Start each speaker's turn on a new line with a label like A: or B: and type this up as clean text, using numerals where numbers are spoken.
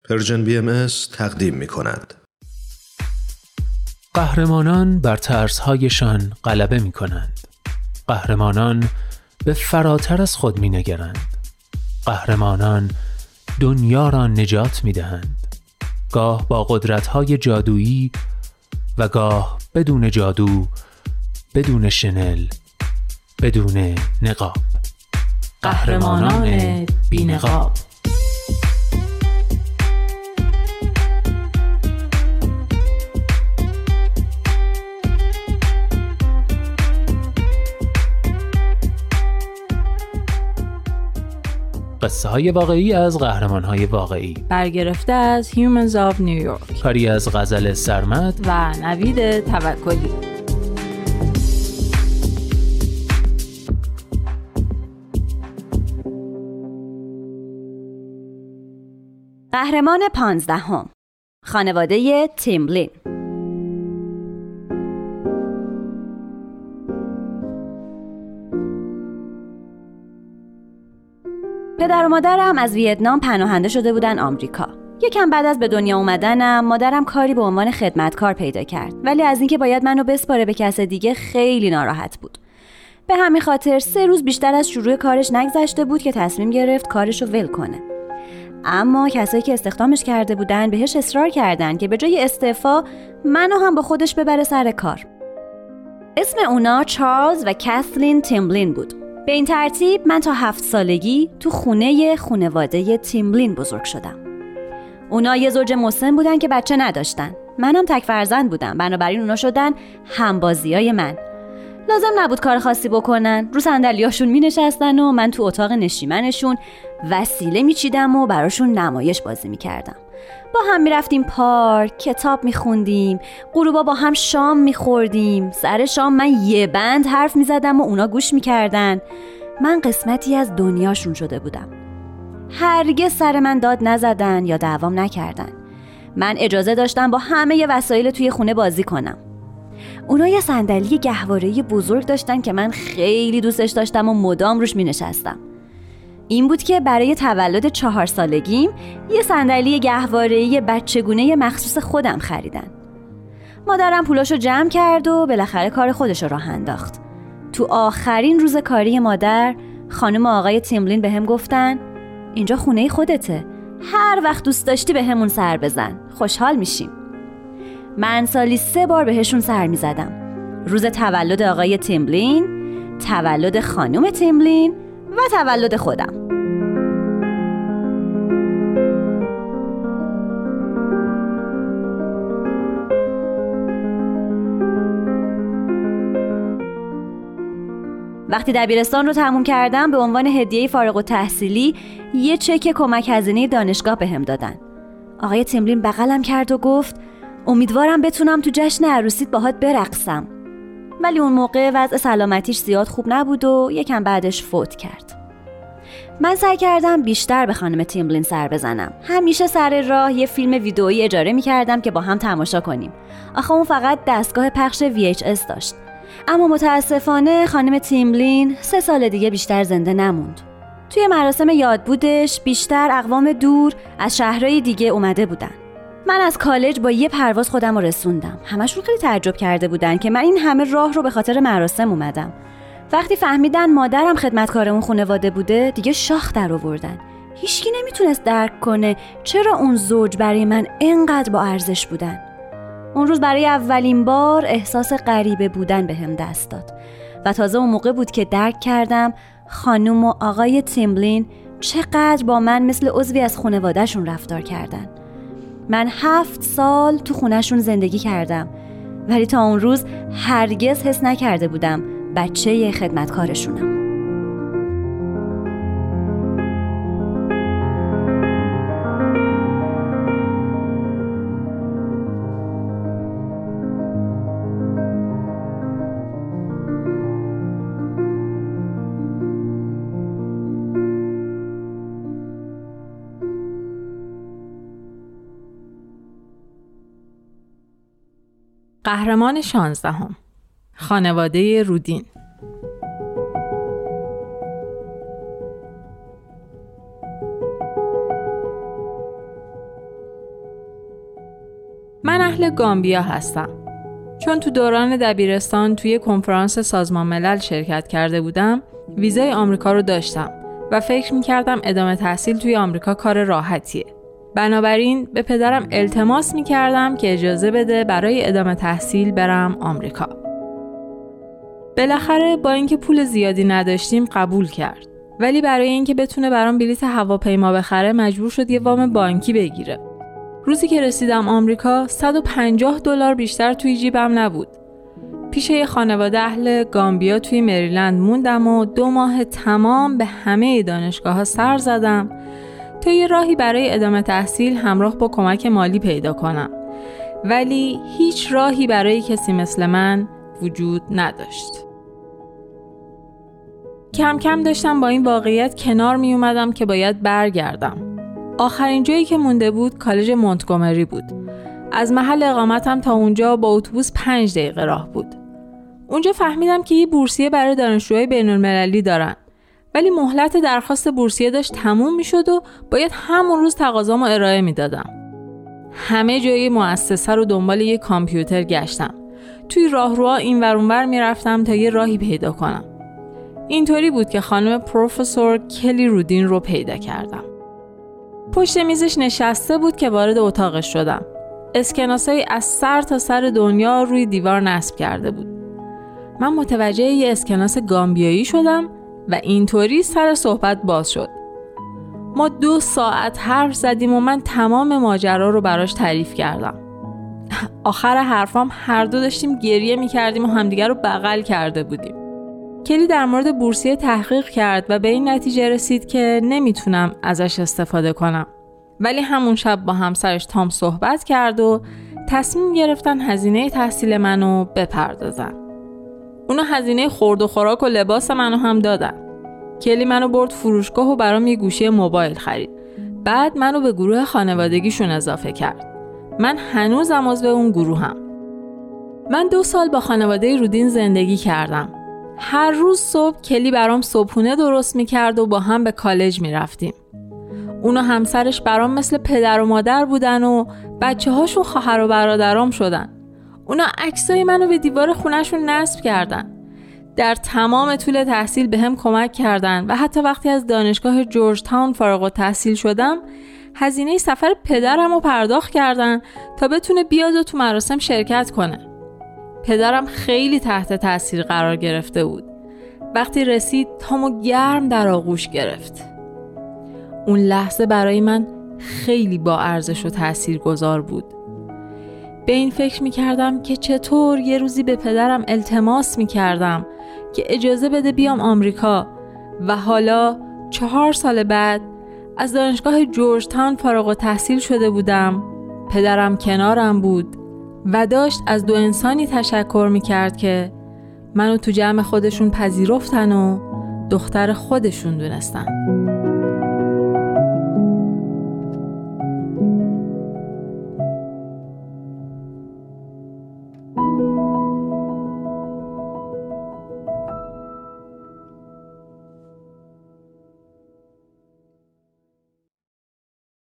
A: پرژن BMS تقدیم می‌کند.
B: قهرمانان بر ترس‌هایشان غلبه می‌کنند. قهرمانان به فراتر از خود می‌نگرند. قهرمانان دنیا را نجات می‌دهند. گاه با قدرت‌های جادویی و گاه بدون جادو، بدون شنل، بدون نقاب. قهرمانان بی‌نقاب. قصه های واقعی از قهرمان های واقعی،
C: برگرفته از Humans of New York،
B: کاری از غزل سرمد
C: و نوید توکلی.
D: قهرمان 15، خانواده تیمبلین. پدر و مادرم از ویتنام پناهنده شده بودن آمریکا. یکم بعد از به دنیا اومدنم مادرم کاری به عنوان خدمتکار پیدا کرد، ولی از اینکه باید منو بسپاره به کس دیگه خیلی ناراحت بود. به همین خاطر 3 روز بیشتر از شروع کارش نگذشته بود که تصمیم گرفت کارشو ول کنه. اما کسایی که استخدامش کرده بودن بهش اصرار کردن که به جای استعفا منو هم با خودش ببره سر کار. اسم اونا چارلز و کثلین تیمبلین بود. به این ترتیب من تا 7 سالگی تو خانواده تیمبلین بزرگ شدم. اونا یه زوج مسن بودن که بچه نداشتن. منم تک فرزند بودم، بنابراین اونا شدن همبازیای من. لازم نبود کار خاصی بکنن. رو صندلیاشون می نشستن و من تو اتاق نشیمنشون وسیله می چیدم و براشون نمایش بازی می کردم. با هم می رفتیم پارک، کتاب می خوندیم، غروبا با هم شام می خوردیم. سر شام من یه بند حرف می زدم و اونا گوش می کردن. من قسمتی از دنیاشون شده بودم. هرگز سر من داد نزدن یا دعوام نکردن. من اجازه داشتم با همه وسایل توی خونه بازی کنم. اونا یه صندلی گهواره‌ای بزرگ داشتن که من خیلی دوستش داشتم و مدام روش می نشستم. این بود که برای تولد 4 سالگیم یه صندلی گهواره‌ای بچگونه مخصوص خودم خریدن. مادرم پولاشو جمع کرد و بالاخره کار خودش راه انداخت. تو آخرین روز کاری مادر، خانم و آقای تیمبلین بهم گفتن اینجا خونه خودته، هر وقت دوست داشتی بهمون سر بزن، خوشحال میشیم. من سالی 3 بار بهشون سر میزدم. روز تولد آقای تیمبلین، تولد خانم تیمبلین و تولد خودم. وقتی دبیرستان رو تموم کردم به عنوان هدیه فارغ التحصیلی یه چک کمک هزینه دانشگاه بهم دادن. آقای تیمبلین بغلم کرد و گفت امیدوارم بتونم تو جشن عروسیت باهات برقصم. ولی اون موقع وضع سلامتیش زیاد خوب نبود و یکم بعدش فوت کرد. من سعی کردم بیشتر به خانم تیمبلین سر بزنم. همیشه سر راه یه فیلم ویدئویی اجاره می‌کردم که با هم تماشا کنیم. آخه اون فقط دستگاه پخش VHS داشت. اما متاسفانه خانم تیمبلین 3 سال دیگه بیشتر زنده نموند. توی مراسم یادبودش بیشتر اقوام دور از شهرهای دیگه اومده بودن. من از کالج با یه پرواز خودم رو رسوندم. همشون خیلی تعجب کرده بودن که من این همه راه رو به خاطر مراسم اومدم. وقتی فهمیدن مادرم خدمتکار اون خانواده بوده دیگه شاخ در آوردن. هیچکی نمیتونست درک کنه چرا اون زوج برای من اینقدر با ارزش بودن. اون روز برای اولین بار احساس غریبه بودن بهم دست داد و تازه اون موقع بود که درک کردم خانم و آقای تیمبلین چقدر با من مثل عضوی از خانواده‌شون رفتار کردن. من 7 سال تو خونه‌شون زندگی کردم ولی تا اون روز هرگز حس نکرده بودم بچه خدمتکارشونم.
C: قهرمان 16، خانواده رودین. من اهل گامبیا هستم. چون تو دوران دبیرستان توی کنفرانس سازمان ملل شرکت کرده بودم، ویزای آمریکا رو داشتم و فکر می‌کردم ادامه تحصیل توی آمریکا کار راحتیه. بنابراین به پدرم التماس می‌کردم که اجازه بده برای ادامه تحصیل برم آمریکا. بالاخره با اینکه پول زیادی نداشتیم قبول کرد. ولی برای اینکه بتونه برام بلیط هواپیما بخره مجبور شد یه وام بانکی بگیره. روزی که رسیدم آمریکا $150 بیشتر توی جیبم نبود. پیش یه خانواده اهل گامبیا توی مریلند موندم و 2 ماه تمام به همه دانشگاه‌ها سر زدم تا یه راهی برای ادامه تحصیل همراه با کمک مالی پیدا کنم. ولی هیچ راهی برای کسی مثل من وجود نداشت. کم کم داشتم با این واقعیت کنار می اومدم که باید برگردم. آخرین جایی که مونده بود کالج مونتگومری بود. از محل اقامتم تا اونجا با اتوبوس 5 دقیقه راه بود. اونجا فهمیدم که یه بورسیه برای دانشجوهای بین‌المللی دارن. ولی مهلت درخواست بورسیه داشت تموم میشد و باید همون روز تقاضامو ارائه میدادم. همه جای مؤسسه رو دنبال یه کامپیوتر گشتم. توی راهروها اینور اونور میرفتم تا یه راهی پیدا کنم. اینطوری بود که خانم پروفسور کلی رودین رو پیدا کردم. پشت میزش نشسته بود که وارد اتاقش شدم. اسکناسایی از سر تا سر دنیا روی دیوار نصب کرده بود. من متوجه یه اسکناس گامبیایی شدم و اینطوری سر صحبت باز شد. ما 2 ساعت حرف زدیم و من تمام ماجرا رو براش تعریف کردم. آخر حرفام هر دو داشتیم گریه می‌کردیم و همدیگر رو بغل کرده بودیم. کلی در مورد بورسیه تحقیق کرد و به این نتیجه رسید که نمیتونم ازش استفاده کنم. ولی همون شب با همسرش تام صحبت کرد و تصمیم گرفتن هزینه تحصیل منو بپردازن. اونا هزینه خورد و خوراک و لباس منو هم دادن. کلی منو برد فروشگاه و برام یه گوشی موبایل خرید. بعد منو به گروه خانوادگیشون اضافه کرد. من هنوزم عضو اون گروهم. من 2 سال با خانواده رودین زندگی کردم. هر روز صبح کلی برام صبحونه درست میکرد و با هم به کالج میرفتیم. اون و همسرش برام مثل پدر و مادر بودن و بچه هاشون خواهر و برادرام شدن. اونا عکسای منو به دیوار خونهشون نصب کردن. در تمام طول تحصیل به هم کمک کردن و حتی وقتی از دانشگاه جورج تاون فارغ التحصیل شدم هزینه سفر پدرم رو پرداخت کردن تا بتونه بیاد و تو مراسم شرکت کنه. پدرم خیلی تحت تاثیر قرار گرفته بود. وقتی رسید تامو گرم در آغوش گرفت. اون لحظه برای من خیلی با ارزش و تاثیرگذار بود. به این فکر می‌کردم که چطور یه روزی به پدرم التماس می‌کردم که اجازه بده بیام آمریکا و حالا 4 سال بعد از دانشگاه جورج تاون فارغ التحصیل شده بودم. پدرم کنارم بود و داشت از 2 انسانی تشکر می‌کرد که منو تو جمع خودشون پذیرفتن و دختر خودشون دونستن.